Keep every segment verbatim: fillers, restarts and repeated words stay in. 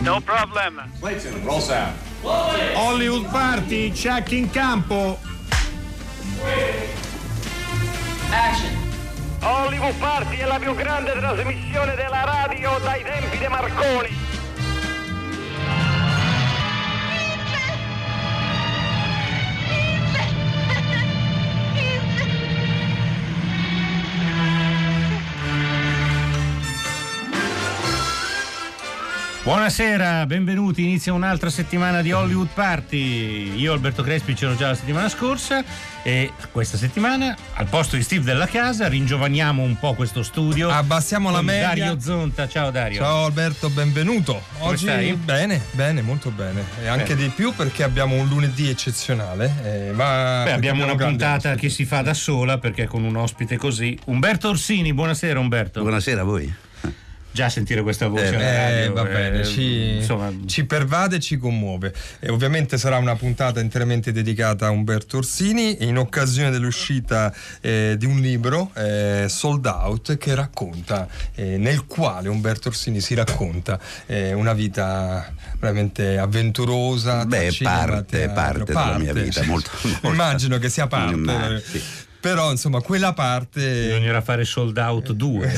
No problem. Clayton, roll sound. Hollywood Party, check in campo. Action. Hollywood Party è la più grande trasmissione della radio dai tempi di Marconi. Buonasera, benvenuti, inizia un'altra settimana di Hollywood Party. Io Alberto Crespi c'ero già la settimana scorsa e questa settimana al posto di Steve Della Casa ringiovaniamo un po' questo studio. Abbassiamo la media. Dario Zonta, ciao Dario. Ciao Alberto, benvenuto. Come Oggi stai? bene, bene, molto bene. E anche Bene. di più perché abbiamo un lunedì eccezionale. Eh, ma Beh, abbiamo una grande puntata ospite. che si fa da sola perché con un ospite così. Umberto Orsini, buonasera Umberto. Buonasera a voi. Già sentire questa voce Eh, alla Eh, radio, va bene, eh, ci, insomma, ci pervade e ci commuove. E ovviamente sarà una puntata interamente dedicata a Umberto Orsini in occasione dell'uscita eh, di un libro, eh, Sold Out, che racconta, eh, nel quale Umberto Orsini si racconta eh, una vita veramente avventurosa. Beh, tra cinema, parte, teatro, parte della mia vita, molto, molto. Immagino che sia parte. Ma, sì. Però insomma quella parte bisognerà fare Sold Out due.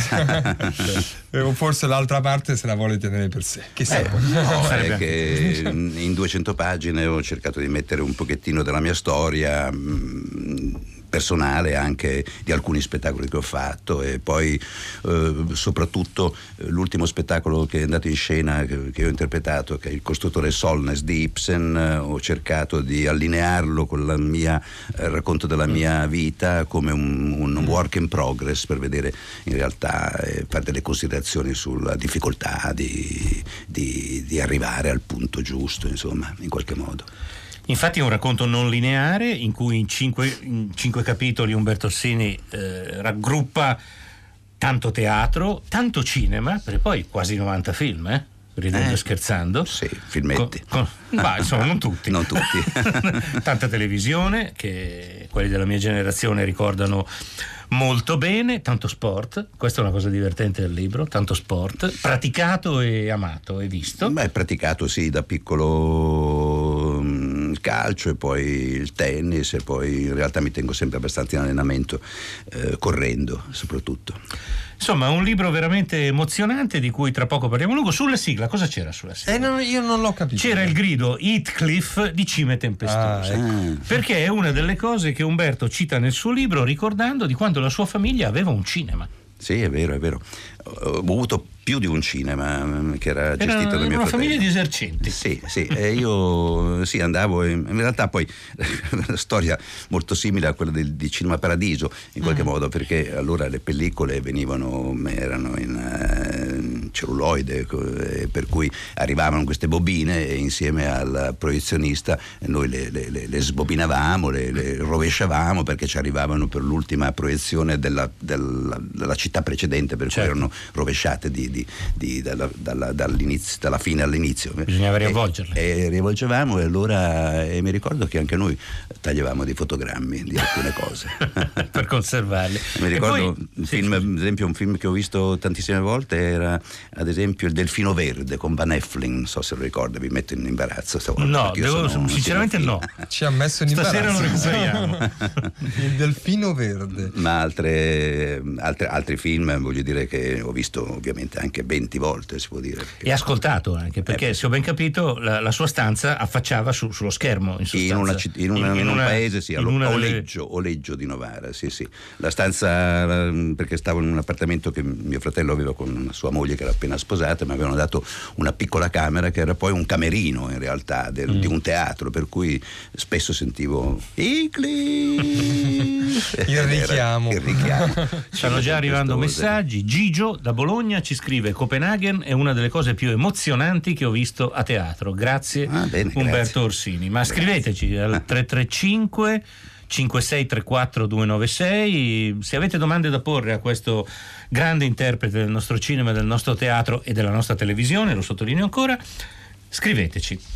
o forse l'altra parte se la vuole tenere per sé, chissà. Eh, no, Sarebbe è che in duecento pagine ho cercato di mettere un pochettino della mia storia mh, personale, anche di alcuni spettacoli che ho fatto, e poi eh, soprattutto eh, l'ultimo spettacolo che è andato in scena, che, che ho interpretato, che è Il costruttore Solness di Ibsen. Eh, ho cercato di allinearlo con la mia eh, racconto della mia vita come un, un work in progress, per vedere in realtà eh, fare delle considerazioni sulla difficoltà di, di, di arrivare al punto giusto, insomma, in qualche modo. Infatti è un racconto non lineare in cui in cinque, in cinque capitoli Umberto Orsini eh, raggruppa tanto teatro, tanto cinema, perché poi quasi novanta film, eh? Ridendo e Eh, scherzando. Sì, filmetti. Con, con, ma insomma non tutti. Non tutti. Tanta televisione che quelli della mia generazione ricordano molto bene, tanto sport, questa è una cosa divertente del libro, tanto sport, praticato e amato e visto. Beh, praticato sì, da piccolo mh, il calcio e poi il tennis, e poi in realtà mi tengo sempre abbastanza in allenamento, eh, correndo soprattutto. Insomma, un libro veramente emozionante di cui tra poco parliamo lungo. Sulla sigla, cosa c'era sulla sigla? Eh, non, io non l'ho capito. C'era il grido Heathcliff di Cime Tempestose, Ah, ecco. Ah. perché è una delle cose che Umberto cita nel suo libro, ricordando di quando la sua famiglia aveva un cinema. Sì, è vero, è vero. Ho avuto più di un cinema mh, che era gestito Era da mio una fratello. famiglia di esercenti. Sì, sì, e io sì, andavo, in, in realtà poi una storia molto simile a quella del, di Cinema Paradiso, in qualche Mm. modo, perché allora le pellicole venivano, erano in uh, celluloide, eh, per cui arrivavano queste bobine e insieme al proiezionista noi le, le, le, le sbobinavamo, le, le rovesciavamo perché ci arrivavano per l'ultima proiezione della, della, della città precedente, per Certo. cui erano rovesciate di, di, di, dalla, dalla, dall'inizio, dalla fine all'inizio. Bisognava E- riavvolgerle. E, rivolgevamo, e allora e mi ricordo che anche noi tagliavamo dei fotogrammi di alcune cose. Per conservarli. Mi E ricordo poi- un sì, film, scusi. ad esempio un film che ho visto tantissime volte era ad esempio Il Delfino Verde con Van Effling, non so se lo ricorda, vi metto in imbarazzo stavolta, No, perché io devo- sono un sinceramente no. cinefilo. Ci ha messo in Stasera lo imbarazzo. recuperiamo. Il delfino verde. Ma altre, altre, altri film voglio dire che ho visto ovviamente anche venti volte, si può dire. E ascoltato anche, perché Eh, se ho ben capito la, la sua stanza affacciava su- sullo schermo in sostanza. In, una citt- in, una- in un una- paese, sì, in allo- una a delle- Oleggio, Oleggio di Novara, sì, sì. La stanza, la- perché stavo in un appartamento che mio fratello aveva con sua moglie che era appena sposata, mi avevano dato una piccola camera che era poi un camerino in realtà del- Mm. di un teatro, per cui spesso sentivo Icli! Il richiamo. Il richiamo. Stanno già arrivando Tempestose. messaggi. Gigio da Bologna ci scrive: Copenaghen è una delle cose più emozionanti che ho visto a teatro. Grazie, Ah, bene, Umberto grazie. Orsini. Ma scriveteci al tre tre cinque cinque sei tre quattro due nove sei se avete domande da porre a questo grande interprete del nostro cinema, del nostro teatro e della nostra televisione, lo sottolineo ancora. Scriveteci.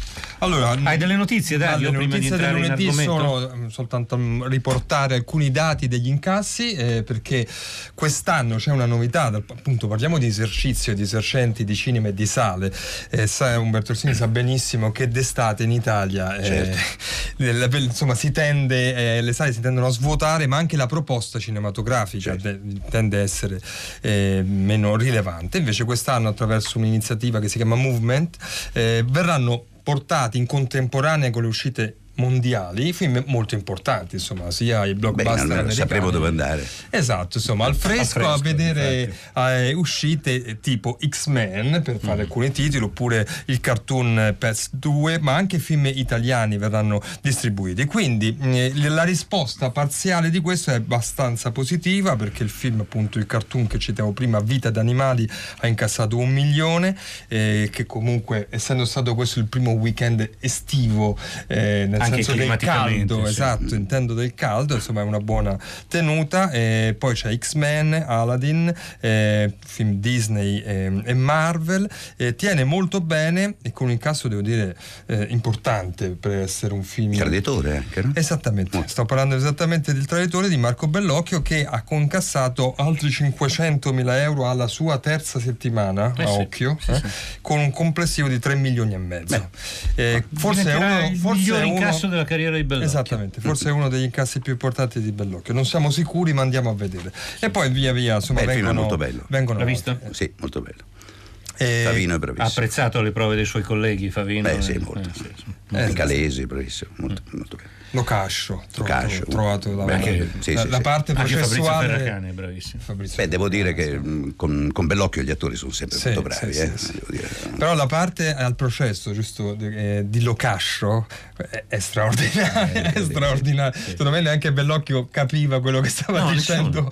Allora, hai delle notizie, Dario, le prima notizie di entrare del lunedì in argomento? sono soltanto riportare alcuni dati degli incassi, eh, perché quest'anno c'è una novità, dal, appunto parliamo di esercizio, di esercenti di cinema e di sale. Eh, sa, Umberto Orsini sa benissimo che d'estate in Italia eh, Certo. insomma si tende, eh, le sale si tendono a svuotare, ma anche la proposta cinematografica Certo. de, tende a essere eh, meno rilevante. Invece quest'anno, attraverso un'iniziativa che si chiama Movement, eh, verranno portati in contemporanea con le uscite mondiali film molto importanti, insomma, sia i blockbuster Bene, almeno americani. sapremo dove andare. Esatto, insomma, al fresco, Al fresco, a vedere infatti. eh, uscite tipo X-Men, per fare Mm. alcuni titoli, oppure il cartoon P E S due, ma anche film italiani verranno distribuiti. Quindi eh, la risposta parziale di questo è abbastanza positiva, perché il film, appunto, il cartoon che citavo prima, Vita d'animali, ha incassato un milione, eh, che comunque, essendo stato questo il primo weekend estivo, eh, nel Anche senso del climaticamente, caldo, sì. esatto, intendo del caldo, insomma è una buona tenuta. E poi c'è X-Men, Aladdin, eh, film Disney eh, e Marvel, eh, tiene molto bene, e con un incasso, devo dire, eh, importante per essere un film. Traditore anche, no? Esattamente, Oh. sto parlando esattamente del Traditore di Marco Bellocchio, che ha concassato altri cinquecentomila euro alla sua terza settimana, Eh a sì, occhio, sì, eh, sì. con un complessivo di tre milioni e mezzo. Eh, forse è Diventerà uno, il forse miglior è uno, incasso della carriera di Bellocchio. esattamente, forse è uno degli incassi più importanti di Bellocchio. Non siamo sicuri, ma andiamo a vedere. E poi via via, insomma, Beh, il film è vengono, molto bello. vengono L'ha altri. visto? Sì, molto bello. Eh, Favino è Ha bravissimo. apprezzato le prove dei suoi colleghi, Favino? Beh, sì, Eh, molto. eh, sì, sì. Eh, I Calesi, bravissimo, molto, molto bello. Locascio, trovato, Locascio. trovato la, Beh, anche- sì, la, sì, la sì. parte Anche Fabrizio processuale. Ferracane è bravissimo. Fabrizio Beh, devo dire che Ferracane, sì. mh, con, con Bellocchio gli attori sono sempre Sì, molto bravi. sì, eh, sì, sì. devo dire. Però la parte al processo, giusto, eh, di Locascio è, è straordinaria, Eh, è sì, straordinaria. Secondo me neanche Bellocchio capiva quello che stava No, dicendo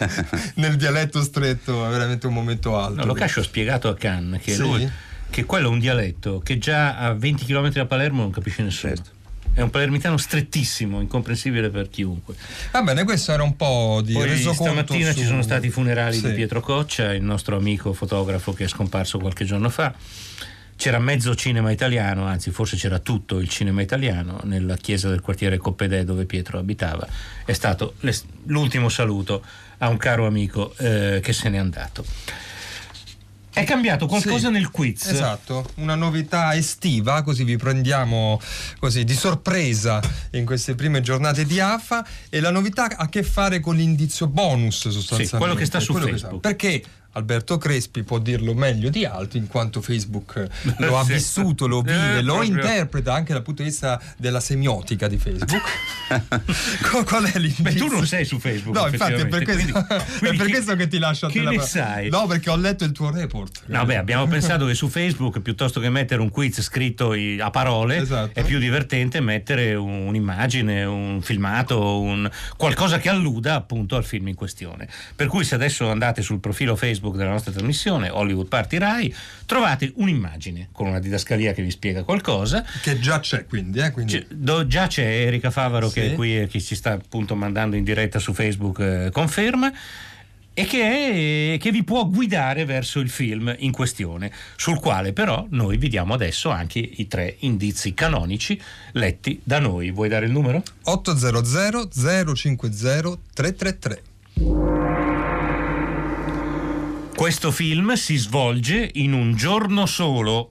nel dialetto stretto, è veramente un momento alto. No, Locascio ha spiegato a Cannes che, Sì? lui, che quello è un dialetto che già a venti chilometri da Palermo non capisce nessuno. Certo. È un palermitano strettissimo, incomprensibile per chiunque. Va bene, questo era un po' di Poi resoconto. stamattina su- ci sono stati i funerali Sì. di Pietro Coccia, il nostro amico fotografo che è scomparso qualche giorno fa. C'era mezzo cinema italiano, anzi forse c'era tutto il cinema italiano nella chiesa del quartiere Coppedè dove Pietro abitava. È stato l'es- l'ultimo saluto a un caro amico eh, che se n'è andato. È cambiato qualcosa Sì, nel quiz? Esatto, una novità estiva, così vi prendiamo così di sorpresa in queste prime giornate di A F A, e la novità ha a che fare con l'indizio bonus, sostanzialmente. Sì, quello che sta su Quello che Facebook. sta- perché Alberto Crespi può dirlo meglio di altri, in quanto Facebook lo ha Sì. vissuto, lo vive, Eh, lo proprio. interpreta anche dal punto di vista della semiotica di Facebook. Qual- Qual è l'indizio? Beh, tu non sei su Facebook. No, infatti è per questo, effettivamente, quindi- è quindi per che- questo che ti lascio a te che la ne parola. sai? No, perché ho letto il tuo report. No, beh, abbiamo pensato che su Facebook, piuttosto che mettere un quiz scritto i- a parole, Esatto. è più divertente mettere un- un'immagine, un filmato, un, qualcosa che alluda appunto al film in questione. Per cui se adesso andate sul profilo Facebook della nostra trasmissione, Hollywood Party Rai, trovate un'immagine con una didascalia che vi spiega qualcosa. Che già c'è, quindi, eh? quindi... C'è- do- già c'è Erika Favaro Sì. che è qui e che ci sta appunto mandando in diretta su Facebook, eh, conferma, e che, è- che vi può guidare verso il film in questione, sul quale però noi vi diamo adesso anche i tre indizi canonici letti da noi. Vuoi dare il numero? ottocento zero cinquanta tre tre tre. Questo film si svolge in un giorno solo.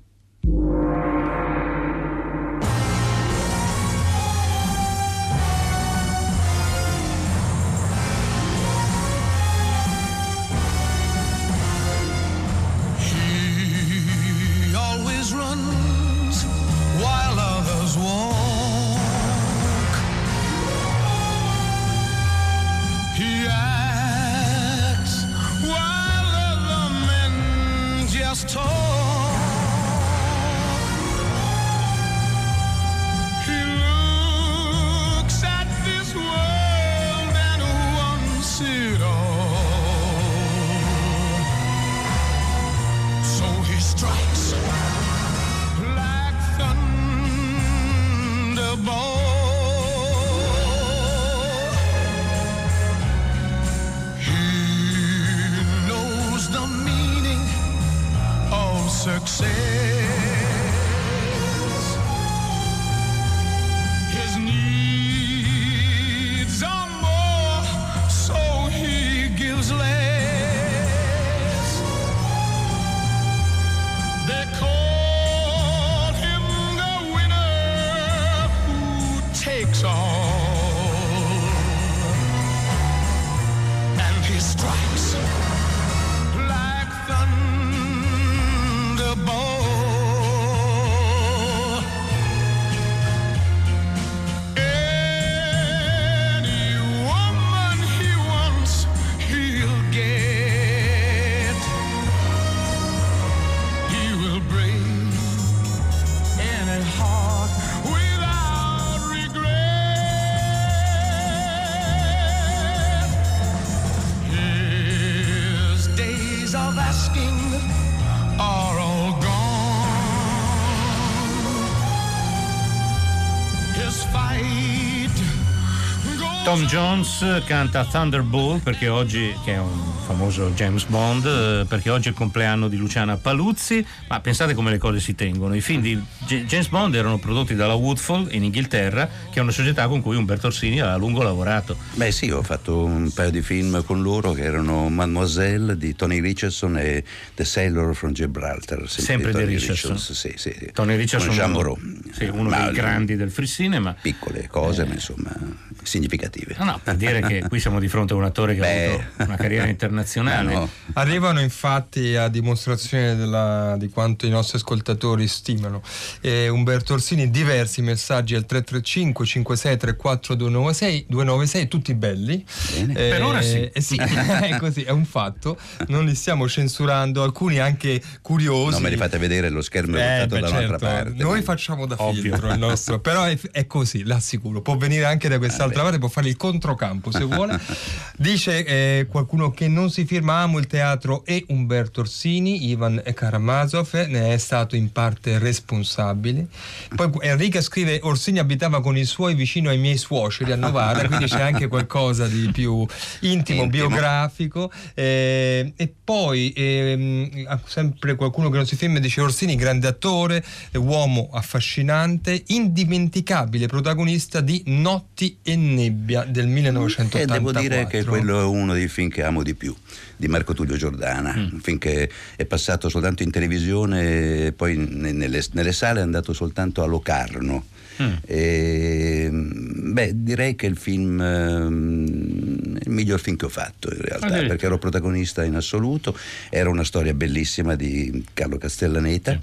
He always runs while others walk. He acts while other men just talk. heart without regret. His days of asking are all gone. His fight goes Tom Jones canta Thunderbolt perché oggi, che è un famoso James Bond, eh, perché oggi è il compleanno di Luciana Paluzzi. Ma pensate come le cose si tengono. I film di G- James Bond erano prodotti dalla Woodfall in Inghilterra, che è una società con cui Umberto Orsini ha a lungo lavorato. Beh sì, ho fatto un paio di film con loro che erano Mademoiselle di Tony Richardson e The Sailor from Gibraltar. Sempre di Tony Richardson. Richardson, sì, sì, sì. Tony Richardson, con Jean uno, Moreau. sì, uno Ma dei grandi del free cinema. Piccole cose, Eh. ma insomma significative. No, no, per dire che qui siamo di fronte a un attore che Beh. ha avuto una carriera internazionale. No. Arrivano infatti a dimostrazione della, di quanto i nostri ascoltatori stimano eh, Umberto Orsini diversi messaggi al tre tre cinque cinque sei tre quattro due nove sei due nove sei, tutti belli. Bene. Eh, Per ora sì. eh, sì, è così, è un fatto, non li stiamo censurando, alcuni anche curiosi. Non me li fate vedere, lo schermo è Eh, voltato beh, da un'altra certo, parte. noi ma- facciamo da Ovvio. filtro il nostro, però è, è così, l'assicuro, può venire anche da quest'altra parte, può fare il controcampo se vuole. Dice eh, qualcuno che non si firma, amo il teatro e Umberto Orsini, Ivan Karamazov ne è stato in parte responsabile. Poi Enrica scrive: Orsini abitava con i suoi vicino ai miei suoceri a Novara, quindi c'è anche qualcosa di più intimo, Intimo. biografico. Eh, e poi ehm, sempre qualcuno che non si firma dice: Orsini grande attore, uomo affascinante, indimenticabile protagonista di Notti e nebbia del E millenovecentottantaquattro. devo dire che quello è uno dei film che amo di più, di Marco Tullio Giordana, Mm. un film che è passato soltanto in televisione e poi ne- nelle, nelle sale è andato soltanto a Locarno. Mm. E, beh, direi che il film ehm, è il miglior film che ho fatto in realtà, Addirittura. perché ero protagonista in assoluto, era una storia bellissima di Carlo Castellaneta.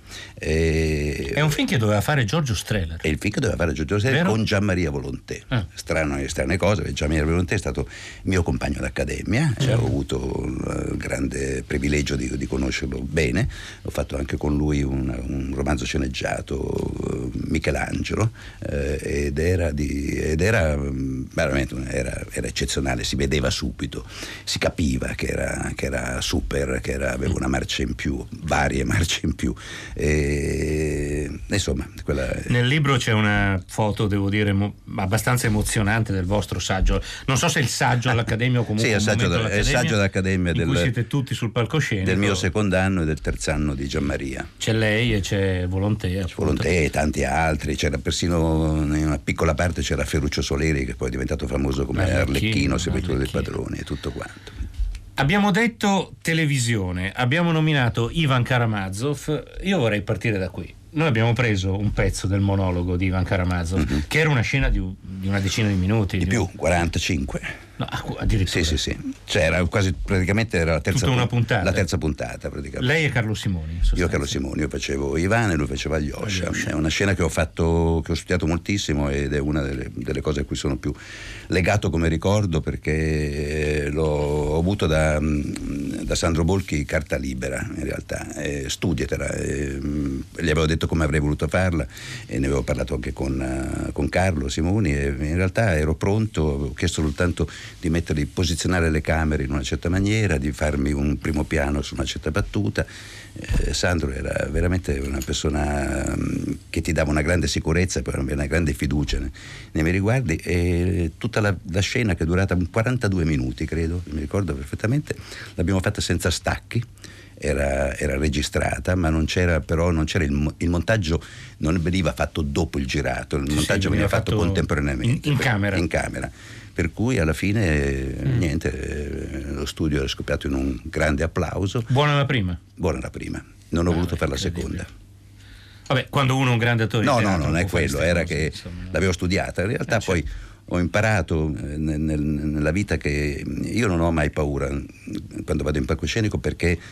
E, È un film che doveva fare Giorgio Strehler. e il film che doveva fare Giorgio Serra Vero? con Gianmaria Volonté. Ah. Strano e strane cose, perché Gianmaria Volonté è stato mio compagno d'accademia, Certo. e ho avuto il grande privilegio di, di conoscerlo bene. Ho fatto anche con lui un, un romanzo sceneggiato, Michelangelo, eh, ed era, di, ed era mh, veramente un- era, era eccezionale, si vedeva subito, si capiva che era, che era super, che era, aveva una marcia in più, varie marce in più. E, insomma, quella Nel libro c'è una foto, devo dire, mo- abbastanza emozionante del vostro saggio. Non so se è il saggio all'Accademia o comunque Sì, è il un saggio momento da- è il all'Accademia, saggio d'Accademia in del- cui siete tutti sul palcoscenico. del mio secondo anno e del terzo anno di Gianmaria. C'è lei e c'è Volonté. appunto. Volonté e tanti altri, c'era persino in una piccola parte c'era Ferruccio Soleri, che poi è diventato famoso come Arlecchino, Arlecchino, servitore dei Arlecchino. padroni e tutto quanto. Abbiamo detto televisione, abbiamo nominato Ivan Karamazov. Io vorrei partire da qui. Noi abbiamo preso un pezzo del monologo di Ivan Karamazov, Mhm. che era una scena di, di una decina di minuti. Di più, quarantacinque. No, addirittura. Sì, sì, sì. Cioè era quasi praticamente era la terza Tutta una pun- puntata. La terza puntata praticamente. Lei e Carlo Simoni. in Io sostanza. Carlo Simoni, io facevo Ivan e lui faceva Alyosha. Alyosha. È una scena che ho fatto, che ho studiato moltissimo ed è una delle, delle cose a cui sono più legato come ricordo, perché eh, l'ho ho avuto da, mh, da Sandro Bolchi carta libera in realtà. Eh, studiatela. Eh, mh, gli avevo detto come avrei voluto farla e ne avevo parlato anche con, eh, con Carlo Simoni e in realtà ero pronto, avevo chiesto soltanto di metterli, posizionare le camere in una certa maniera, di farmi un primo piano su una certa battuta. Eh, Sandro era veramente una persona mh, che ti dava una grande sicurezza e una grande fiducia nei, nei miei riguardi, e tutta la, la scena, che è durata quarantadue minuti credo, mi ricordo perfettamente, l'abbiamo fatta senza stacchi. Era, era registrata, ma non c'era, però non c'era il, il montaggio, non veniva fatto dopo il girato, il Sì, montaggio sì, veniva veniva fatto fatto contemporaneamente in- in per- camera. in camera. Per cui alla fine Mm. niente, eh, lo studio è scoppiato in un grande applauso. Buona la prima. Buona la prima, non ho Ah, voluto fare la incredibile. seconda. Vabbè, quando uno è un grande attore No, di no, teatro non è può fare quello, queste era cose, che insomma, no. l'avevo studiata. In realtà Eh, poi certo. ho imparato eh, nel- nel- nella vita che io non ho mai paura quando vado in palcoscenico, perché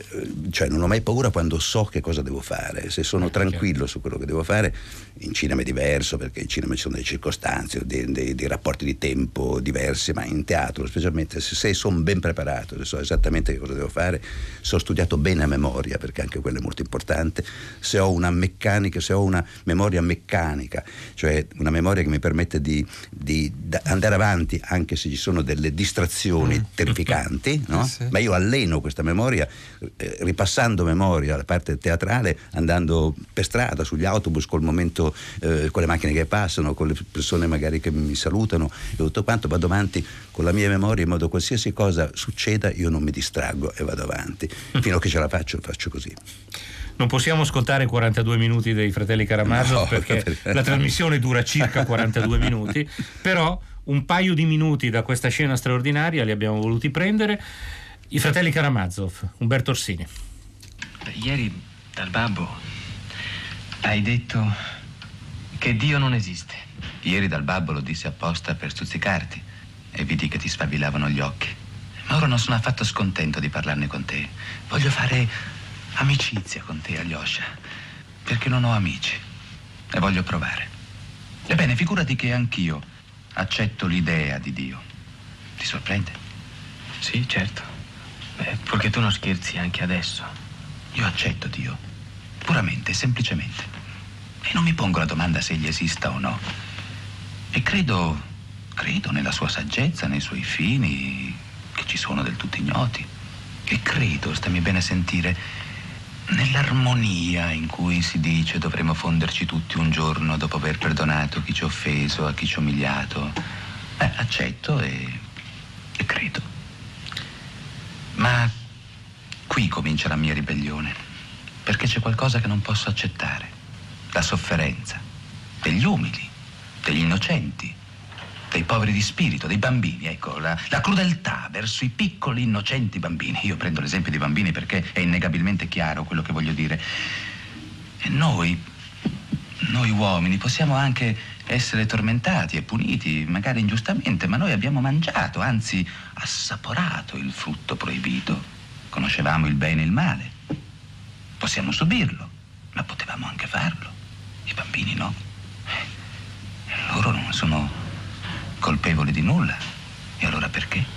cioè non ho mai paura quando so che cosa devo fare, se sono tranquillo su quello che devo fare. In cinema è diverso, perché in cinema ci sono delle circostanze, dei, dei, dei rapporti di tempo diversi, ma in teatro specialmente se, se sono ben preparato, se so esattamente che cosa devo fare, se ho studiato bene a memoria, perché anche quello è molto importante, se ho una meccanica, se ho una memoria meccanica, cioè una memoria che mi permette di, di andare avanti anche se ci sono delle distrazioni mm. terrificanti, no? Sì. Ma io alleno questa memoria eh, ripassando memoria, la parte teatrale, andando per strada, sugli autobus, col momento, eh, con le macchine che passano, con le persone magari che mi salutano e tutto quanto, vado avanti con la mia memoria in modo qualsiasi cosa succeda io non mi distraggo e vado avanti fino a che ce la faccio, faccio così. Non possiamo ascoltare quarantadue minuti dei Fratelli Karamazov, no, perché, perché la trasmissione dura circa quarantadue minuti, però un paio di minuti da questa scena straordinaria li abbiamo voluti prendere. I Fratelli Karamazov, Umberto Orsini. Ieri dal babbo hai detto che Dio non esiste. Ieri dal babbo lo dissi apposta per stuzzicarti e vidi che ti sfavillavano gli occhi. Ma ora non sono affatto scontento di parlarne con te. Voglio fare amicizia con te, Alyosha, perché non ho amici e voglio provare. Ebbene, figurati che anch'io accetto l'idea di Dio. Ti sorprende? Sì, certo. Beh, purché tu non scherzi anche adesso. Io accetto Dio, puramente, semplicemente. E non mi pongo la domanda se egli esista o no. E credo, credo nella sua saggezza, nei suoi fini, che ci sono del tutto ignoti. E credo, stammi bene a sentire, nell'armonia in cui si dice dovremo fonderci tutti un giorno dopo aver perdonato chi ci ha offeso, a chi ci ha umiliato. Eh, accetto e, e credo. Ma qui comincia la mia ribellione, perché c'è qualcosa che non posso accettare. La sofferenza degli umili, degli innocenti, dei poveri di spirito, dei bambini, ecco, la, la crudeltà verso i piccoli innocenti bambini. Io prendo l'esempio dei bambini perché è innegabilmente chiaro quello che voglio dire. E noi, noi uomini, possiamo anche essere tormentati e puniti, magari ingiustamente, ma noi abbiamo mangiato, anzi assaporato il frutto proibito. Conoscevamo il bene e il male. Possiamo subirlo, ma potevamo anche farlo. I bambini no. E loro non sono colpevoli di nulla. E allora perché?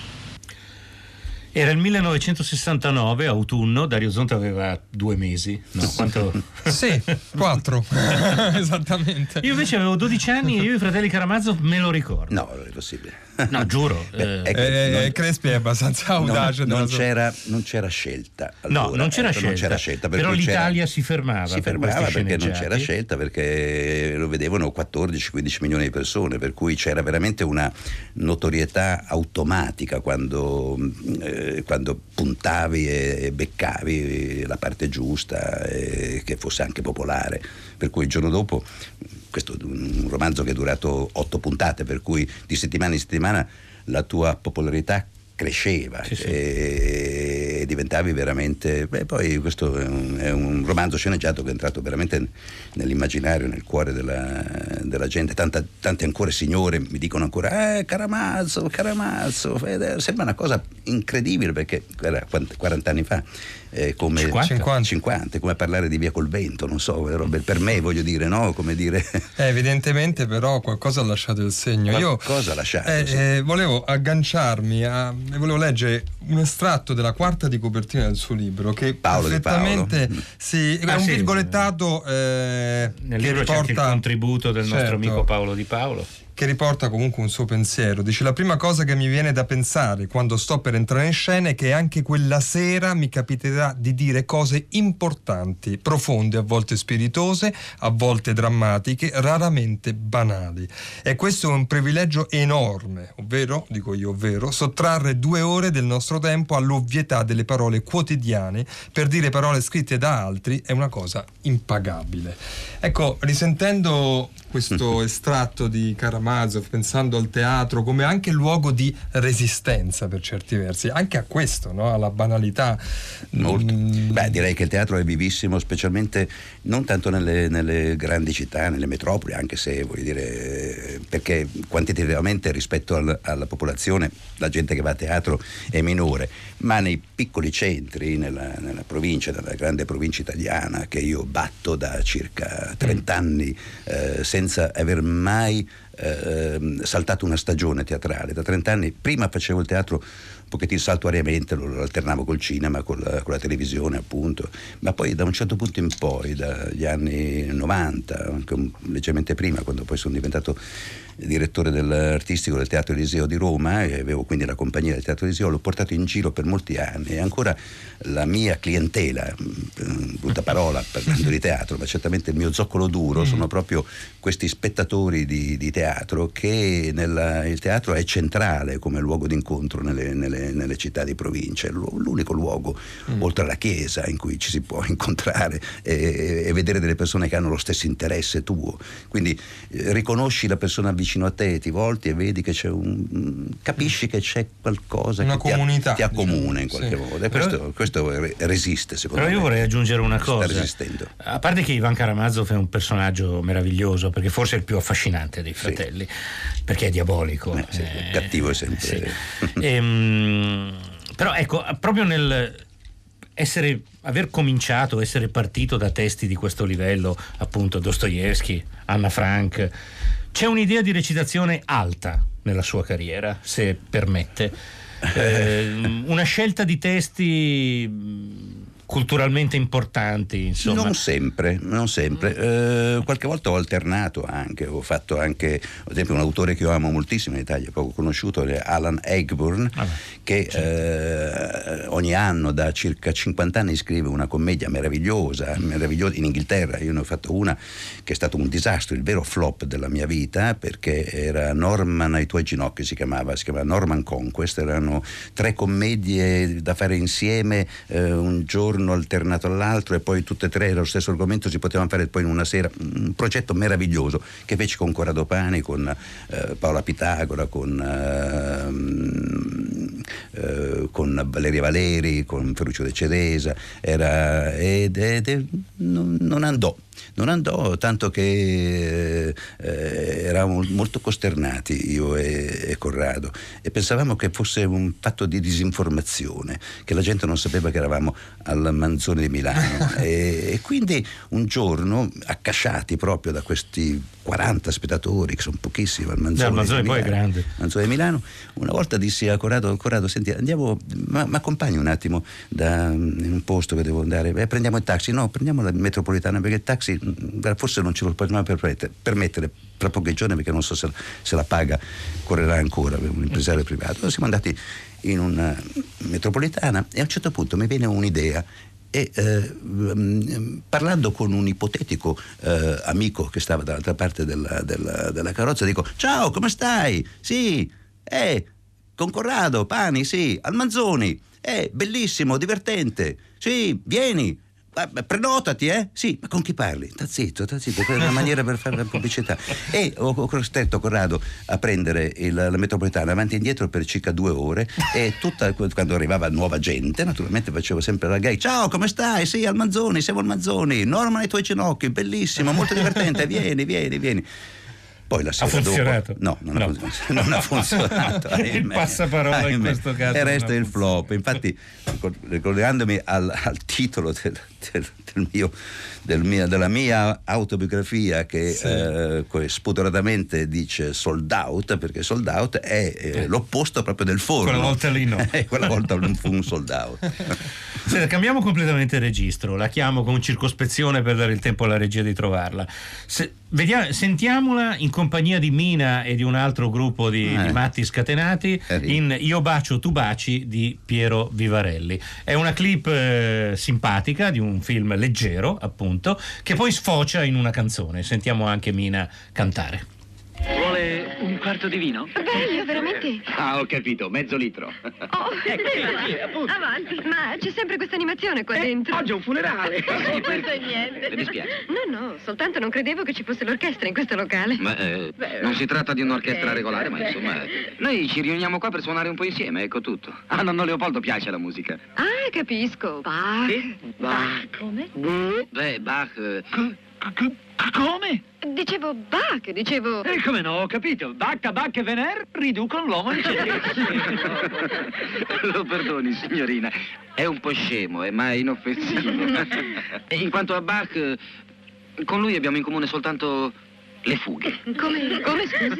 Era il millenovecentosessantanove, autunno. Dario Zonta aveva due mesi, no? Quanto? Sì, quattro. Esattamente. Io invece avevo dodici anni e io i Fratelli Karamazov me lo ricordo. No, non è possibile. No, giuro. Beh, eh, eh, non, Crespi è abbastanza audace. Non, non, c'era, non c'era scelta. no, Allora, non c'era, ecco, scelta, non c'era scelta. Per però l'Italia c'era, si fermava. Si fermava perché non c'era scelta, perché lo vedevano quattordici quindici milioni di persone, per cui c'era veramente una notorietà automatica quando, eh, quando puntavi e beccavi la parte giusta, e che fosse anche popolare. Per cui il giorno dopo, questo è un romanzo che è durato otto puntate, per cui di settimana in settimana la tua popolarità cresceva, sì, sì. E diventavi veramente, beh, poi questo è un, è un romanzo sceneggiato che è entrato veramente nell'immaginario, nel cuore della, della gente. Tanta, tante ancora signore mi dicono ancora eh Karamazov, Karamazov, sembra una cosa incredibile, perché era quaranta anni fa, eh, come cinquanta. cinquanta, come parlare di Via col Vento, non so, per me, voglio dire, no, come dire eh, evidentemente però qualcosa ha lasciato il segno. Qualcosa Io ha lasciato, eh, sì. eh, volevo agganciarmi a volevo leggere un estratto della quarta di copertina del suo libro, che Paolo perfettamente di Paolo. sì, è ah, un sì, virgolettato eh, nel che libro riporta, c'è anche il contributo del certo, nostro amico Paolo Di Paolo, che riporta comunque un suo pensiero. Dice: la prima cosa che mi viene da pensare quando sto per entrare in scena è che anche quella sera mi capiterà di dire cose importanti, profonde, a volte spiritose, a volte drammatiche, raramente banali. E questo è un privilegio enorme, ovvero, dico io, ovvero sottrarre due ore del nostro tempo all'ovvietà delle parole quotidiane per dire parole scritte da altri è una cosa impagabile. Ecco, risentendo questo estratto di Karamazov, pensando al teatro come anche luogo di resistenza per certi versi, anche a questo, no? Alla banalità. Molto. Mm. Beh, direi che il teatro è vivissimo, specialmente non tanto nelle, nelle grandi città, nelle metropoli, anche se voglio dire, perché quantitativamente rispetto al, alla popolazione la gente che va a teatro è minore, ma nei piccoli centri, nella, nella provincia, nella grande provincia italiana che io batto da circa trenta anni eh, senza aver mai eh, saltato una stagione teatrale. Da trenta anni prima facevo il teatro un pochettino saltuariamente, lo alternavo col cinema, con la, con la televisione appunto, ma poi da un certo punto in poi, dagli anni novanta, anche un, leggermente prima, quando poi sono diventato direttore dell'artistico del Teatro Eliseo di Roma e avevo quindi la compagnia del Teatro Eliseo, l'ho portato in giro per molti anni e ancora la mia clientela, brutta parola parlando di teatro, ma certamente il mio zoccolo duro sono proprio questi spettatori di, di teatro, che nella, il teatro è centrale come luogo d'incontro nelle, nelle, nelle città di provincia, è l'unico luogo mm. oltre alla chiesa in cui ci si può incontrare e, e vedere delle persone che hanno lo stesso interesse tuo, quindi eh, riconosci la persona vicino a te, ti volti e vedi che c'è un capisci che c'è qualcosa una che comunità, ti, accomuna, diciamo, in qualche sì. modo e Però, questo, questo resiste secondo però me. Però io vorrei aggiungere una cosa, sta resistendo. A parte che Ivan Karamazov è un personaggio meraviglioso, perché forse è il più affascinante dei fratelli, sì. perché è diabolico, eh, sì, eh, cattivo è sempre sì. ehm, però ecco, proprio nel essere, aver cominciato, essere partito da testi di questo livello, appunto Dostoevskij, Anna Frank, c'è un'idea di recitazione alta nella sua carriera, se permette, eh, una scelta di testi culturalmente importanti, insomma. Non sempre, non sempre. Eh, qualche volta ho alternato anche, ho fatto anche, ad esempio, un autore che io amo moltissimo in Italia, poco conosciuto, è Alan Ayckbourn, ah, che certo. eh, ogni anno da circa cinquanta anni scrive una commedia meravigliosa, meravigliosa in Inghilterra. Io ne ho fatto una che è stato un disastro, il vero flop della mia vita, perché era Norman ai tuoi ginocchi, si chiamava, si chiamava Norman Conquest, erano tre commedie da fare insieme, eh, un giorno alternato all'altro, e poi tutte e tre lo stesso argomento si potevano fare poi in una sera, un progetto meraviglioso che feci con Corrado Pani, con eh, Paola Pitagora, con eh, eh, con Valeria Valeri, con Ferruccio De Ceresa, era ed, ed, ed non, non andò non andò tanto che eh, eravamo molto costernati io e, e Corrado, e pensavamo che fosse un fatto di disinformazione, che la gente non sapeva che eravamo al Manzoni di Milano e, e quindi un giorno, accasciati proprio da questi quaranta spettatori, che sono pochissimi al Manzoni, no, Manzoni di poi Milano, è grande. Manzoni di Milano, una volta dissi a Corrado: Corrado, senti, andiamo, ma, ma accompagni un attimo da, in un posto che devo andare, eh, prendiamo il taxi. No, prendiamo la metropolitana, perché il taxi forse non ce lo possiamo permettere tra pochi giorni, perché non so se, se la paga correrà ancora, per un impresario privato. Siamo andati in una metropolitana e a un certo punto mi viene un'idea e eh, parlando con un ipotetico eh, amico che stava dall'altra parte della, della, della carrozza, dico: ciao, come stai? Sì, eh, con Corrado Pani, sì, al Manzoni, eh, bellissimo, divertente, sì, vieni, prenotati, eh? Sì, ma con chi parli? Sta zitto, sta zitto, quella è una maniera per fare la pubblicità. E ho, ho costretto Corrado a prendere il, la metropolitana avanti e indietro per circa due ore, e tutta, quando arrivava nuova gente, naturalmente facevo sempre la gay: ciao, come stai? Sì, al Manzoni, siamo al Manzoni, Norman ai tuoi ginocchi, bellissimo, molto divertente, vieni, vieni, vieni. Poi la sera ha funzionato? Dopo, no, non, no. Ha funzionato, non ha funzionato. Il passaparola ahimè. In questo caso. E resta il flop. Infatti, ricollegandomi al, al titolo del, del, del mio, del mia, della mia autobiografia, che sì. eh, spudoratamente dice sold out, perché sold out è eh, l'opposto proprio del forno. Quella volta lì no. Quella volta non fu un sold out. Senta, cambiamo completamente il registro, la chiamo con circospezione per dare il tempo alla regia di trovarla. Se, vediamo, sentiamola in compagnia di Mina e di un altro gruppo di, eh. di matti scatenati in Io bacio tu baci di Piero Vivarelli. È una clip eh, simpatica di un film leggero, appunto, che poi sfocia in una canzone. Sentiamo anche Mina cantare. Vuole Un quarto di vino? Bello, veramente. Ah, ho capito, mezzo litro. Oh, avanti. Ma c'è sempre questa animazione qua dentro. Oggi è un funerale. Sì, questo è niente. Le dispiace? No, no, soltanto non credevo che ci fosse l'orchestra in questo locale. Ma eh, non si tratta di un'orchestra regolare, ma insomma, noi ci riuniamo qua per suonare un po' insieme, ecco tutto. A nonno Leopoldo piace la musica. Ah, capisco. Bach. Sì? Bach. Come? Beh, Bach... eh, Come? Dicevo Bach, dicevo... E come no, ho capito. Bacca, Bacca e Vener riducono l'uomo in cielo. Lo perdoni, signorina. È un po' scemo, è ma inoffensivo. E in quanto a Bach, eh, con lui abbiamo in comune soltanto le fughe. Come, come scusi?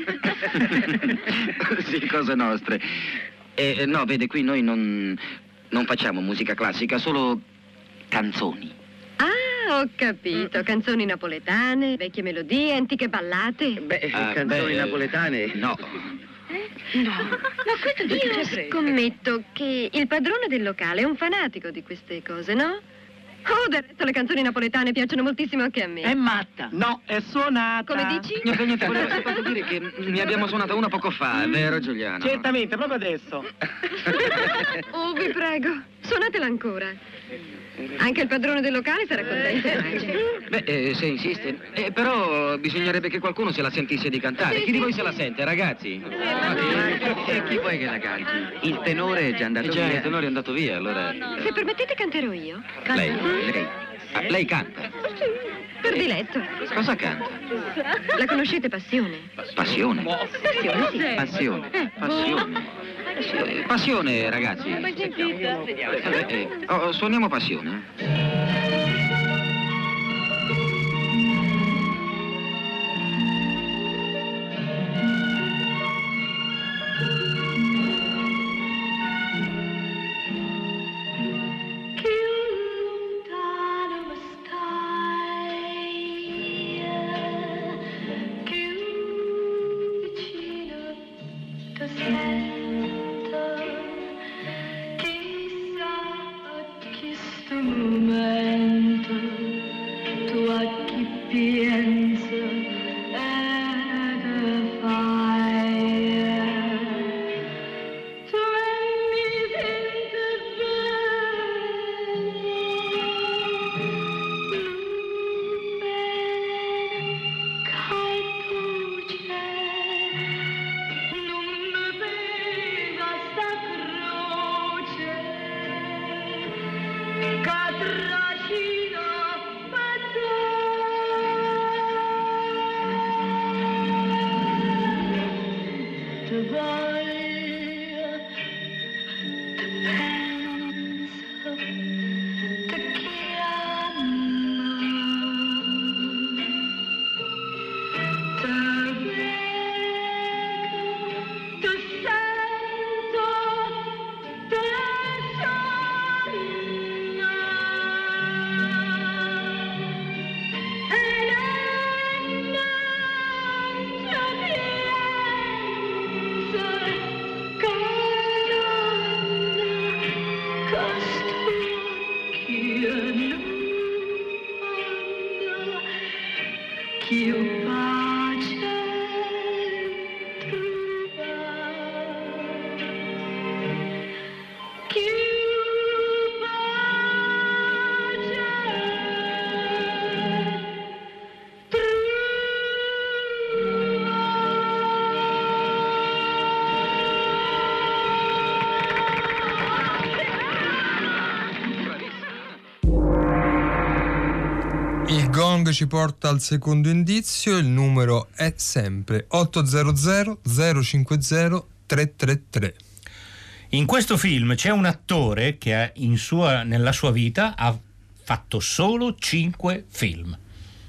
Sì, cose nostre. Eh, no, vede, qui noi non, non facciamo musica classica, solo canzoni. Ah, ho capito. Canzoni napoletane, vecchie melodie, antiche ballate. Beh, ah, canzoni beh, napoletane, no. No, ma questo io scommetto che il padrone del locale è un fanatico di queste cose, no? Oh, del resto le canzoni napoletane piacciono moltissimo anche a me. È matta. No, è suonata. Come dici? Niente, niente, volevo soltanto dire che ne abbiamo suonata una poco fa, è vero Giuliano? Certamente, proprio adesso. Oh, vi prego, suonatela ancora. Anche il padrone del locale sarà contento, immagino. Beh, eh, se insiste. Eh, però bisognerebbe che qualcuno se la sentisse di cantare. Sì, chi di sì, voi sì. se la sente, ragazzi? E chi vuoi che la canti? Il tenore è già andato Eh già, via. il tenore è andato via, allora... Se permettete canterò io. Lei, lei. Ah, lei canta. Per diletto. Cosa canta? La conoscete, Passione? Passione. Passione, sì. Passione. Eh. Passione. Eh, Passione, ragazzi. Eh, eh, oh, suoniamo Passione. Il gong ci porta al secondo indizio, il numero è sempre otto zero zero zero cinque zero tre tre tre. In questo film c'è un attore che ha in sua, nella sua vita ha fatto solo cinque film.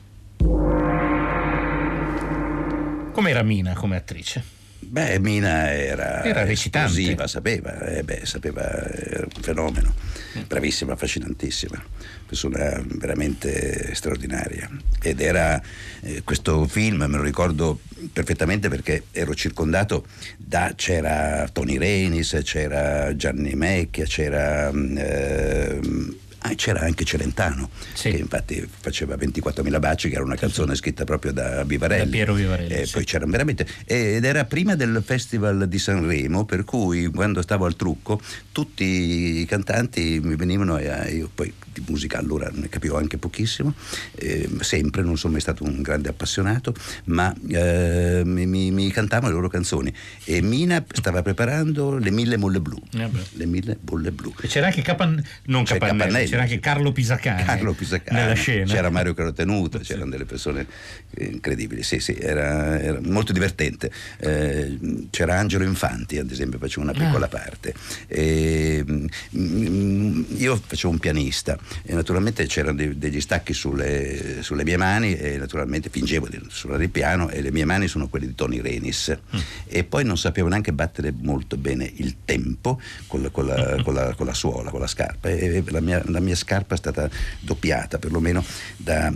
Com'era Mina come attrice? Beh, Mina era, Era recitante. esplosiva, sapeva, eh beh, sapeva, era un fenomeno, bravissima, affascinantissima, persona veramente straordinaria. Ed era eh, questo film, me lo ricordo perfettamente perché ero circondato da, c'era Tony Renis, c'era Gianni Mecchia, c'era eh, Ah, c'era anche Celentano, sì. che infatti faceva ventiquattromila baci, che era una canzone scritta proprio da Vivarelli. Da Piero Vivarelli. E sì. poi c'era veramente. Ed era prima del Festival di Sanremo, per cui quando stavo al trucco tutti i cantanti mi venivano e io poi di musica allora ne capivo anche pochissimo, eh, sempre, non sono mai stato un grande appassionato, ma eh, mi, mi, mi cantavano le loro canzoni e Mina stava preparando le mille bolle blu. Eh le mille bolle blu. E c'era anche Capan... non C'era Capannelli, Capannelli, c'era anche Carlo Pisacane, Carlo Pisacane nella scena. C'era Mario Carotenuto, sì. c'erano delle persone incredibili, sì sì, era, era molto divertente. Eh, c'era Angelo Infanti, ad esempio, faceva una piccola ah. parte. E, mm, io facevo un pianista e naturalmente c'erano de- degli stacchi sulle, sulle mie mani e naturalmente fingevo di suonare il piano e le mie mani sono quelle di Tony Renis mm. e poi non sapevo neanche battere molto bene il tempo con la, con la, con la, con la suola, con la scarpa, e la mia, la mia scarpa è stata doppiata perlomeno da,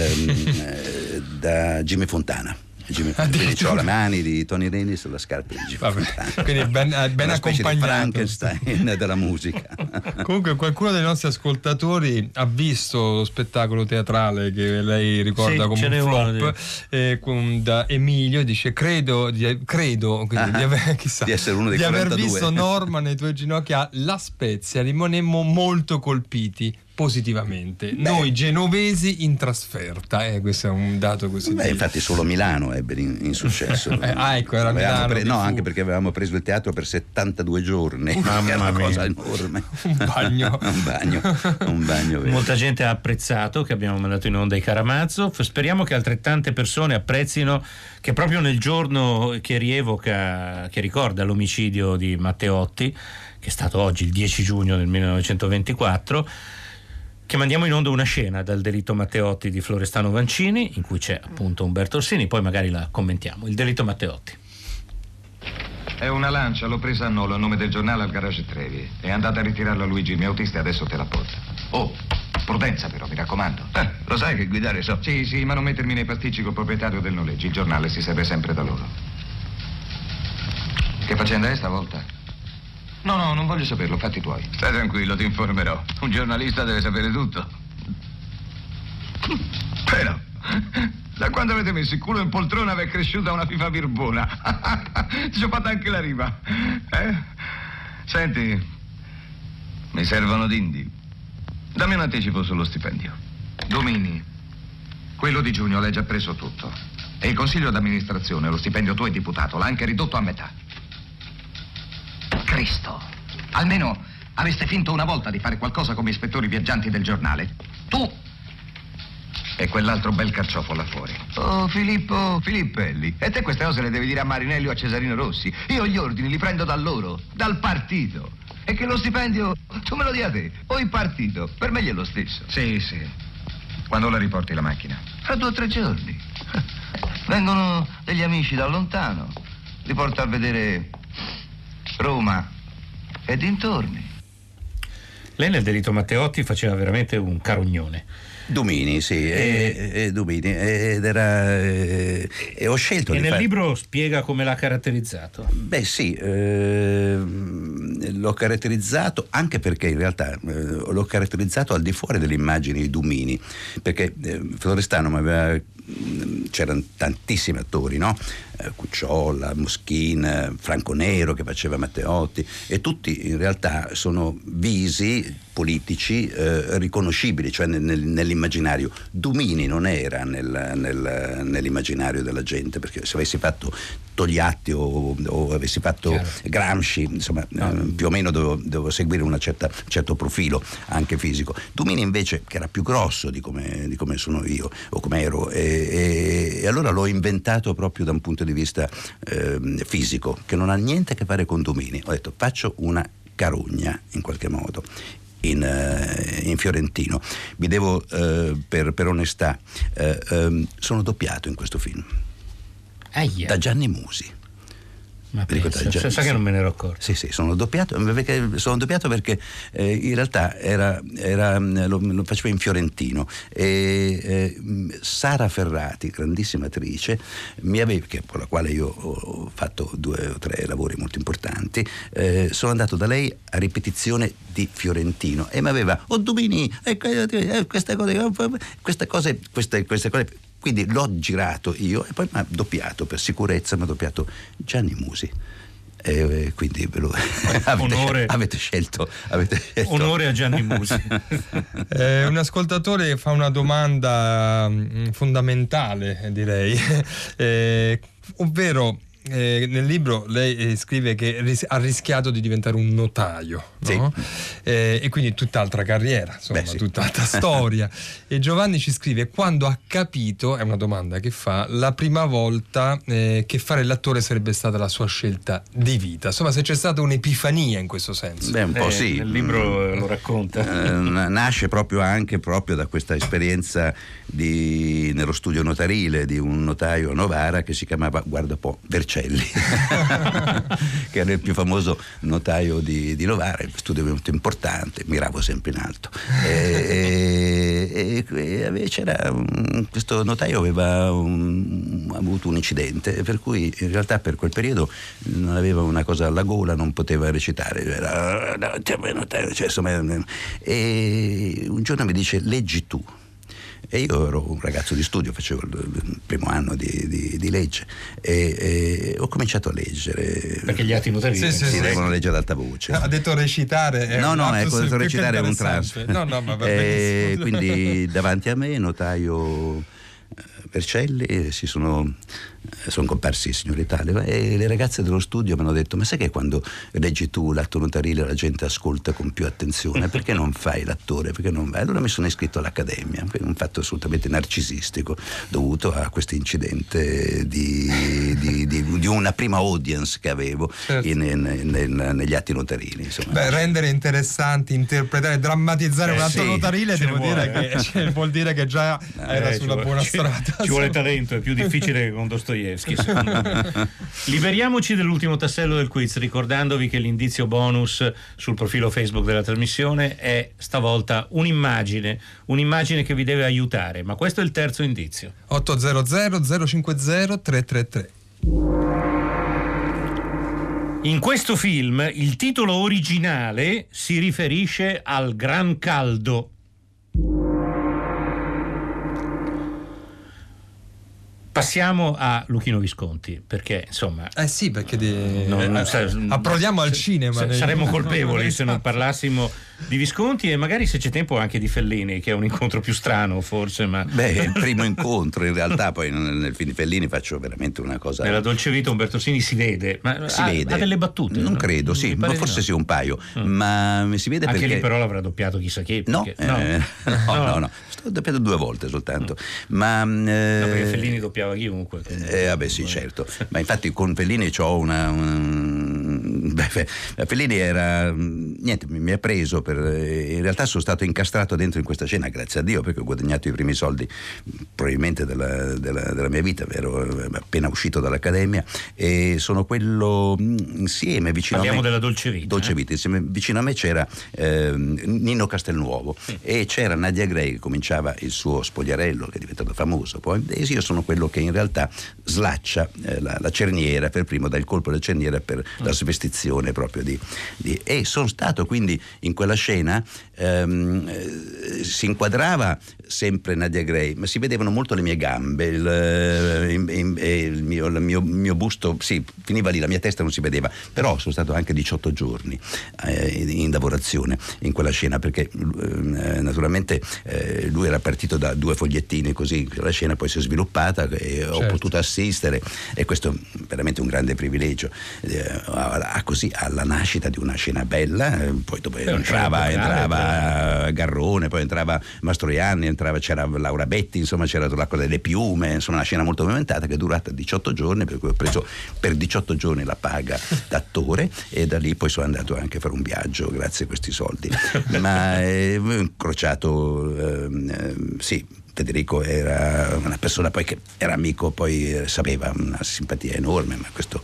ehm, da Jimmy Fontana. Jimmy Fontana. Quindi ho le mani di Tony Renis e la scarpa di Jimmy Vabbè, Fontana. quindi ben, ben una specie accompagnato. di Frankenstein della musica. Comunque qualcuno dei nostri ascoltatori ha visto lo spettacolo teatrale che lei ricorda sì, come un flop eh, con, da Emilio, dice credo di, credo quindi, ah, di, aver, chissà, di essere uno dei di aver quarantadue. visto Norma nei tuoi ginocchi a La Spezia, rimanemmo molto colpiti positivamente. Beh, noi genovesi in trasferta, eh, questo è un dato così. Beh, infatti solo Milano ebbe in, in successo. eh, ah, ecco, era Milano. Pre- no, anche perché avevamo preso il teatro per settantadue giorni. Mamma era una mia. cosa enorme. Un bagno. un bagno, un bagno vero. Molta gente ha apprezzato che abbiamo mandato in onda i Karamazov. Speriamo che altrettante persone apprezzino che proprio nel giorno che rievoca, che ricorda l'omicidio di Matteotti, che è stato oggi il dieci giugno del millenovecentoventiquattro, che mandiamo in onda una scena dal Delitto Matteotti di Florestano Vancini, in cui c'è appunto Umberto Orsini, poi magari la commentiamo. Il Delitto Matteotti. È una Lancia, l'ho presa a Nolo a nome del giornale al garage Trevi. È andata a ritirarla Luigi, il mio autista, e adesso te la porta. Oh, prudenza però, mi raccomando. Eh, lo sai che guidare so. Sì, sì, ma non mettermi nei pasticci col proprietario del noleggio. Il giornale si serve sempre da loro. Che faccenda è stavolta? No, no, non voglio saperlo, fatti tuoi. Stai tranquillo, ti informerò. Un giornalista deve sapere tutto. Però, da quando avete messo il culo in poltrona vi è cresciuta una fifa birbona. Ci ho fatta anche la rima. Eh? Senti, mi servono d'indi. Dammi un anticipo sullo stipendio. Domini, quello di giugno l'hai già preso tutto. E il consiglio d'amministrazione, lo stipendio tuo è diputato, l'ha anche ridotto a metà. Cristo, almeno aveste finto una volta di fare qualcosa come ispettori viaggianti del giornale. Tu e quell'altro bel carciofo là fuori. Oh, Filippo, Filippelli. E te queste cose le devi dire a Marinelli o a Cesarino Rossi. Io gli ordini li prendo da loro, dal partito. E che lo stipendio, tu me lo dia te, o il partito. Per me è lo stesso. Sì, sì. Quando la riporti la macchina? Fra due o tre giorni. Vengono degli amici da lontano. Li porto a vedere Roma e dintorni. Lei nel Delitto Matteotti faceva veramente un carognone. Domini, sì, e, e, e Domini, ed era e, e ho scelto e di nel fare... libro spiega come l'ha caratterizzato. Beh sì, eh, l'ho caratterizzato anche perché in realtà eh, l'ho caratterizzato al di fuori delle immagini di Domini, perché eh, Florestano mi aveva, c'erano tantissimi attori, no? Eh, Cucciolla, Moschin, Franco Nero che faceva Matteotti, e tutti in realtà sono visi politici eh, riconoscibili, cioè nel, nell'immaginario. Domini non era nel, nel, nell'immaginario della gente, perché se avessi fatto Togliatti o, o avessi fatto Chiaro. Gramsci, insomma, no. eh, più o meno dovevo, dovevo seguire un certo profilo anche fisico. Domini invece, che era più grosso di come, di come sono io o come ero, e, e, e allora l'ho inventato proprio da un punto di vista eh, fisico, che non ha niente a che fare con Domini. Ho detto faccio una carogna in qualche modo in, uh, in fiorentino. Vi devo uh, per, per onestà uh, um, sono doppiato in questo film Aia. da Gianni Musi. Ma pensa, sa, sa che non me ne ero accorto. Sì, sì, sono doppiato perché, sono doppiato perché eh, in realtà era, era, lo, lo facevo in fiorentino e eh, Sara Ferrati, grandissima attrice, mi aveva, che, con la quale io ho fatto due o tre lavori molto importanti, eh, sono andato da lei a ripetizione di fiorentino e mi aveva oh Dumini, eh, queste cose, queste cose, queste, queste cose. Quindi l'ho girato io e poi mi ha doppiato, per sicurezza mi ha doppiato Gianni Musi. E quindi ve lo avete, avete, scelto, avete scelto. Onore a Gianni Musi. eh, un ascoltatore fa una domanda mh, fondamentale, direi, eh, ovvero Eh, nel libro lei eh, scrive che ris- ha rischiato di diventare un notaio, no? Sì. Eh, e quindi tutt'altra carriera, insomma, Beh, sì. tutt'altra storia. E Giovanni ci scrive: quando ha capito, è una domanda che fa, la prima volta eh, che fare l'attore sarebbe stata la sua scelta di vita. Insomma, se c'è stata un'epifania in questo senso. Beh, un po' eh, sì. Nel libro mm. lo racconta. Eh, nasce proprio anche proprio da questa esperienza di, nello studio notarile di un notaio a Novara che si chiamava, guarda un po', Vercelli. che era il più famoso notaio di, di Novara, un studio molto importante, miravo sempre in alto. E, e, e c'era un, questo notaio aveva un, avuto un incidente, per cui in realtà per quel periodo non aveva una cosa alla gola, non poteva recitare. Era, cioè, insomma, e un giorno mi dice: leggi tu. E io ero un ragazzo di studio, facevo il primo anno di, di, di legge e, e ho cominciato a leggere. Perché gli atti notarili sì, sì, si sì, devono sì. leggere ad alta voce. Ha detto recitare. È no, un no, ecco, detto recitare è un trans. No, no, ma va e quindi davanti a me, notaio Vercelli, si sono, sono comparsi i signori tale e le ragazze dello studio mi hanno detto: ma sai che quando leggi tu l'atto notarile la gente ascolta con più attenzione, perché non fai l'attore, perché non vai? Allora mi sono iscritto all'accademia, un fatto assolutamente narcisistico dovuto a questo incidente di, di, di, di una prima audience che avevo certo. in, in, in, negli atti notarili, insomma. Beh, rendere interessanti, interpretare, drammatizzare eh, un atto sì, notarile devo dire che, cioè, vuol dire che già no, era eh, sulla vuole, buona ci, strada. Ci vuole talento, è più difficile che con Dostoevskij, secondo me. Liberiamoci dell'ultimo tassello del quiz, ricordandovi che l'indizio bonus sul profilo Facebook della trasmissione è stavolta un'immagine, un'immagine che vi deve aiutare, ma questo è il terzo indizio. otto zero zero zero cinque zero tre tre tre. In questo film il titolo originale si riferisce al Gran Caldo. Passiamo a Luchino Visconti, perché insomma... Eh sì, perché di... non, non, eh, approdiamo al cinema. Saremmo colpevoli se non parlassimo di Visconti e magari, se c'è tempo, anche di Fellini, che è un incontro più strano forse, ma... Beh, è il primo incontro in realtà, poi nel film di Fellini faccio veramente una cosa... Nella Dolce Vita Umberto Orsini si vede, ma si ha, vede. ha delle battute? Non no? credo, sì, ma forse no. sì un paio, mm. ma si vede anche perché... lì però l'avrà doppiato chissà chi. Perché... No, no. Eh, no, no, no, no, sto doppiato due volte soltanto, mm. ma... Eh... No, perché Fellini doppiava chiunque. Eh, vabbè sì, certo, ma infatti con Fellini c'ho una... Un... Beh, Fellini era... niente, mi ha preso per... in realtà sono stato incastrato dentro in questa scena, grazie a Dio, perché ho guadagnato i primi soldi probabilmente della, della, della mia vita, ero appena uscito dall'accademia e sono quello insieme vicino Parliamo a me, della Dolce Vita. Dolce Vita, eh? insieme, vicino a me c'era eh, Nino Castelnuovo sì. e c'era Nadia Gray che cominciava il suo Spogliarello, che è diventato famoso poi, e io sono quello che in realtà slaccia eh, la, la cerniera per primo, dà il colpo della cerniera per mm. la svestizione proprio di, di e sono stato quindi in quella scena. Ehm, eh, si inquadrava sempre Nadia Gray, ma si vedevano molto le mie gambe, il, in, in, il, mio, il mio, mio busto, sì, finiva lì, la mia testa non si vedeva, però sono stato anche diciotto giorni eh, in lavorazione in quella scena, perché eh, naturalmente eh, lui era partito da due fogliettini così, la scena poi si è sviluppata e certo. ho potuto assistere, e questo è veramente un grande privilegio, eh, a, a così alla nascita di una scena bella, eh, poi dopo Beh, entrava, entrava Garrone, poi entrava Mastroianni, entrava, c'era Laura Betti, insomma c'era l'acqua delle piume, insomma una scena molto movimentata che è durata diciotto giorni, per cui ho preso per diciotto giorni la paga d'attore e da lì poi sono andato anche a fare un viaggio grazie a questi soldi, ma eh, ho incrociato eh, sì, Federico era una persona poi che era amico, poi sapeva una simpatia enorme, ma questo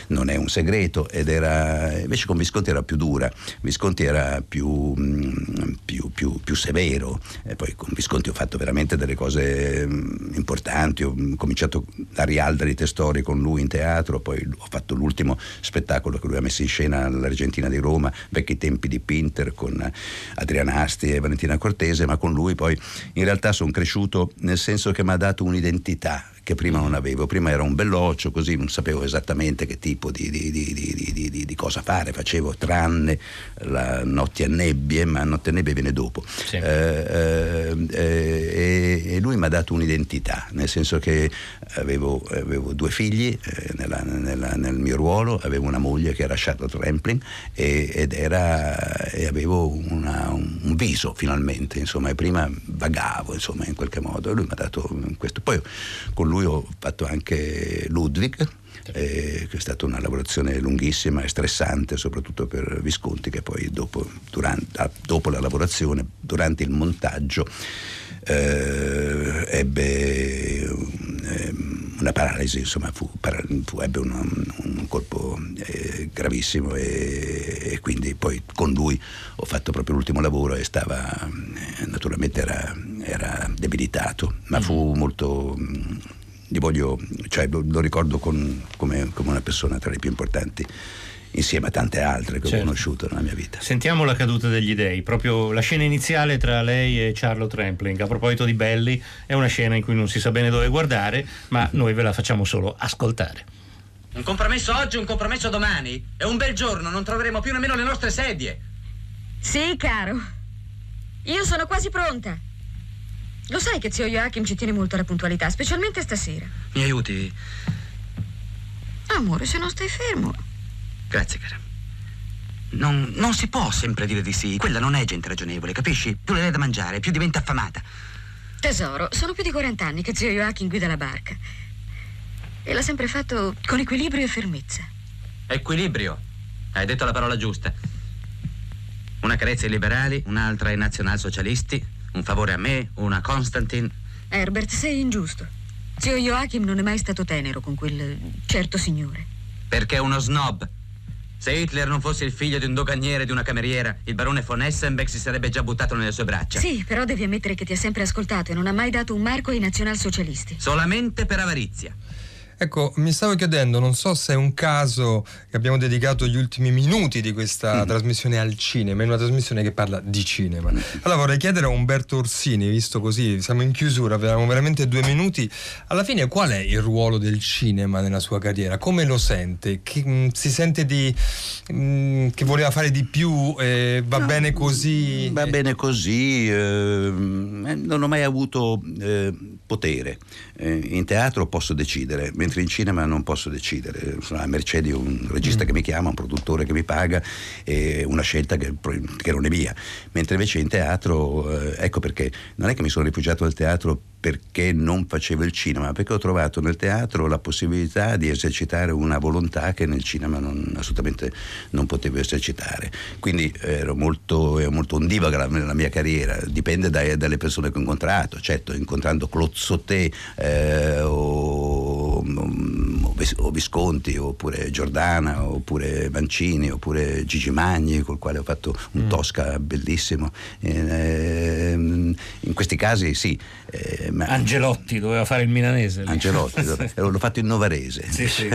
non è un segreto, ed era invece con Visconti era più dura. Visconti era più, più, più, più severo, e poi con Visconti ho fatto veramente delle cose importanti. Ho cominciato a Rialda di Testori con lui in teatro, poi ho fatto l'ultimo spettacolo che lui ha messo in scena all'Argentina di Roma, Vecchi tempi di Pinter, con Adriana Asti e Valentina Cortese, ma con lui poi in realtà sono cresciuto, nel senso che mi ha dato un'identità che prima non avevo. Prima ero un belloccio, così non sapevo esattamente che tipo di, di, di, di, di, di cosa fare facevo, tranne la Notti a nebbie, ma Notti a nebbie viene dopo. Sì. Eh, eh, e lui mi ha dato un'identità, nel senso che avevo, avevo due figli eh, nella, nella, nel mio ruolo, avevo una moglie che era Charlotte Rampling, e, ed era e avevo una, un, un viso finalmente, insomma, e prima vagavo, insomma, in qualche modo, e lui mi ha dato questo. Poi con lui ho fatto anche Ludwig, eh, che è stata una lavorazione lunghissima e stressante, soprattutto per Visconti, che poi dopo, durante, dopo la lavorazione, durante il montaggio, eh, ebbe eh, una paralisi, insomma, fu, fu, ebbe un, un colpo eh, gravissimo, e, e quindi poi con lui ho fatto proprio l'ultimo lavoro, e stava eh, naturalmente era, era debilitato, ma fu molto... Gli voglio, cioè, lo, lo ricordo con, come, come una persona tra le più importanti, insieme a tante altre che certo. ho conosciuto nella mia vita. Sentiamo La caduta degli dei, proprio la scena iniziale tra lei e Charlotte Rampling. A proposito di belli, è una scena in cui non si sa bene dove guardare, ma noi ve la facciamo solo ascoltare. Un compromesso oggi, un compromesso domani. È un bel giorno, non troveremo più nemmeno le nostre sedie. Sì, caro. Io sono quasi pronta. Lo sai che zio Joachim ci tiene molto alla puntualità, specialmente stasera. Mi aiuti? Amore, se non stai fermo. Grazie, cara. Non, non si può sempre dire di sì. Quella non è gente ragionevole, capisci? Più le dai da mangiare, più diventa affamata. Tesoro, sono più di quaranta anni che zio Joachim guida la barca. E l'ha sempre fatto con equilibrio e fermezza. Equilibrio? Hai detto la parola giusta. Una carezza ai liberali, un'altra ai nazionalsocialisti. Un favore a me, una Constantin. Herbert, sei ingiusto. Zio Joachim non è mai stato tenero con quel certo signore. Perché è uno snob. Se Hitler non fosse il figlio di un doganiere e di una cameriera, il barone von Essenbeck si sarebbe già buttato nelle sue braccia. Sì, però devi ammettere che ti ha sempre ascoltato e non ha mai dato un marco ai nazionalsocialisti. Solamente per avarizia. Ecco, mi stavo chiedendo, non so se è un caso che abbiamo dedicato gli ultimi minuti di questa mm. trasmissione al cinema, è una trasmissione che parla di cinema. Allora vorrei chiedere a Umberto Orsini, visto così, siamo in chiusura, abbiamo veramente due minuti, alla fine qual è il ruolo del cinema nella sua carriera? Come lo sente? Che, mh, si sente di mh, che voleva fare di più? Eh, va no, bene così? Va bene così, eh, non ho mai avuto eh, potere. Eh, in teatro posso decidere, mentre in cinema non posso decidere. Sono a mercé di un regista mm. che mi chiama, un produttore che mi paga, e una scelta che, che non è mia. Mentre invece in teatro, eh, ecco perché non è che mi sono rifugiato dal teatro perché non facevo il cinema, perché ho trovato nel teatro la possibilità di esercitare una volontà che nel cinema non, assolutamente non potevo esercitare. Quindi ero molto, ero molto ondivaga nella mia carriera, dipende dai, dalle persone che ho incontrato. Certo, incontrando Claude Sauté eh, o, o Visconti, oppure Giordana, oppure Mancini, oppure Gigi Magni, col quale ho fatto un mm. Tosca bellissimo. Eh, in questi casi sì. Eh, ma Angelotti doveva fare il milanese lì. Angelotti l'ho fatto in novarese. Sì, sì.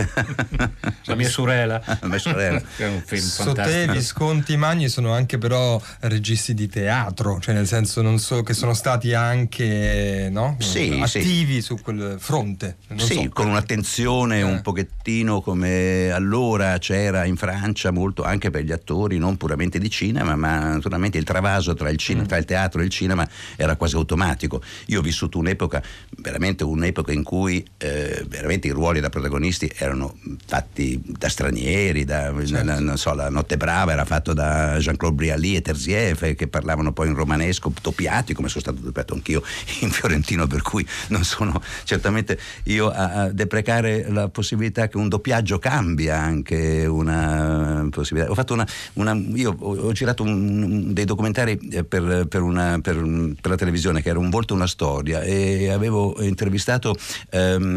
La mia sorella. La mia sorella. È un film Sauté, fantastico. Visconti, Magni sono anche però registi di teatro, cioè nel senso non so che sono stati anche no? sì, attivi sì. su quel fronte. Non sì, so, con un'attenzione eh. un pochettino come allora c'era in Francia, molto anche per gli attori, non puramente di cinema, ma naturalmente il travaso tra il, cinema, mm. tra il teatro e il cinema era quasi automatico. Io ho vissuto un'epoca, veramente un'epoca in cui eh, veramente i ruoli da protagonisti erano fatti da stranieri, da, certo. la, non so, La Notte Brava era fatto da Jean-Claude Brialy e Terzieff, che parlavano poi in romanesco, doppiati, come sono stato doppiato anch'io in fiorentino, per cui non sono certamente io a, a deprecare la possibilità che un doppiaggio cambia anche una possibilità. Ho fatto una, una io ho, ho girato un, dei documentari per, per, una, per, per la televisione, che era Un volto, una storia, e avevo intervistato ehm, proprio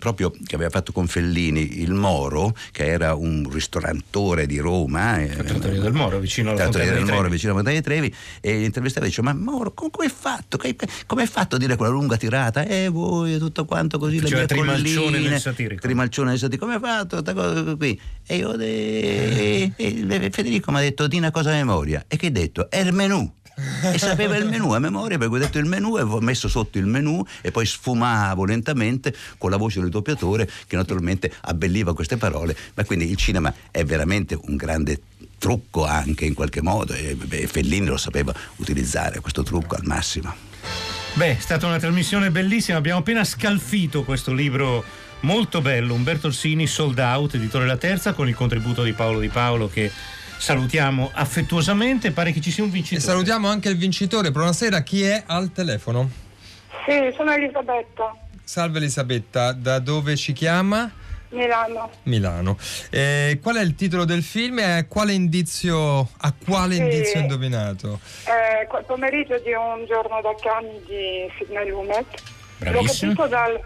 proprio che aveva fatto con Fellini Il Moro, che era un ristorantore di Roma, la Trattoria del Moro vicino alla Trattoria del Fontana Moro vicino alla Fontana di Trevi, e l'intervistava e dice: ma Moro, come è fatto? Come hai fatto a dire quella lunga tirata? Eh voi tutto quanto così, cioè, le mie Trimalcione colline, nel satirico. Trimalcione nel satirico, come hai fatto questa cosa qui? E io de... e, e Federico mi ha detto: di una cosa a memoria. E che hai detto? È il menù. E sapeva il menù a memoria, perché ho detto il menù e ho messo sotto il menù e poi sfumavo lentamente con la voce del doppiatore che naturalmente abbelliva queste parole. Ma quindi il cinema è veramente un grande trucco anche in qualche modo, e, e Fellini lo sapeva utilizzare questo trucco al massimo. Beh, è stata una trasmissione bellissima, abbiamo appena scalfito questo libro molto bello, Umberto Orsini, Sold Out, editore La Terza, con il contributo di Paolo Di Paolo, che salutiamo affettuosamente. Pare che ci sia un vincitore. E salutiamo anche il vincitore. Buonasera, chi è al telefono? Sì, sono Elisabetta. Salve Elisabetta, da dove ci chiama? Milano. Milano. Eh, qual è il titolo del film e quale indizio, a quale sì. indizio hai indovinato? Eh, quel pomeriggio di Un giorno da Cannes di Sidney Lumet. Bravissimo. L'ho capito dal...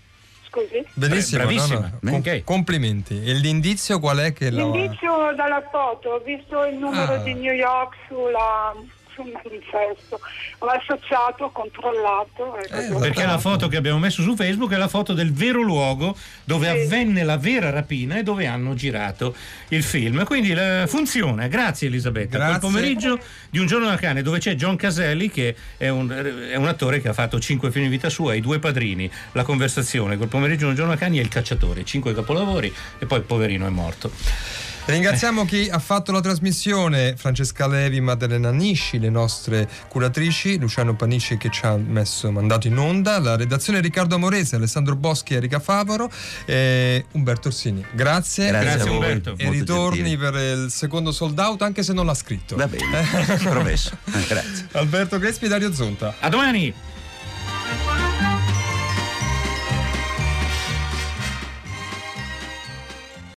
Scusi? Benissimo, bravissima. No, no. Okay. Complimenti. E l'indizio qual è che L'indizio la... dalla foto, ho visto il numero ah. di New York sulla... sul manifesto, ho associato, ho controllato. Eh, perché la foto che abbiamo messo su Facebook è la foto del vero luogo dove sì. avvenne la vera rapina e dove hanno girato il film. Quindi la funziona. Grazie Elisabetta. Grazie. Quel pomeriggio di Un giorno da Cannes, dove c'è John Caselli, che è un, è un attore che ha fatto cinque film in vita sua, I due padrini, La conversazione, quel pomeriggio di Un giorno da Cannes e Il cacciatore, cinque capolavori, e poi poverino è morto. Ringraziamo chi ha fatto la trasmissione: Francesca Levi, Maddalena Nisci, le nostre curatrici, Luciano Panicci che ci ha messo, mandato in onda, la redazione Riccardo Amorese, Alessandro Boschi e Erika Favaro, e Umberto Orsini. Grazie, grazie, grazie a voi, Umberto. E ritorni gentili per il secondo Sold Out, anche se non l'ha scritto. Va bene, promesso. Grazie. Alberto Crespi, Dario Zonta. A domani.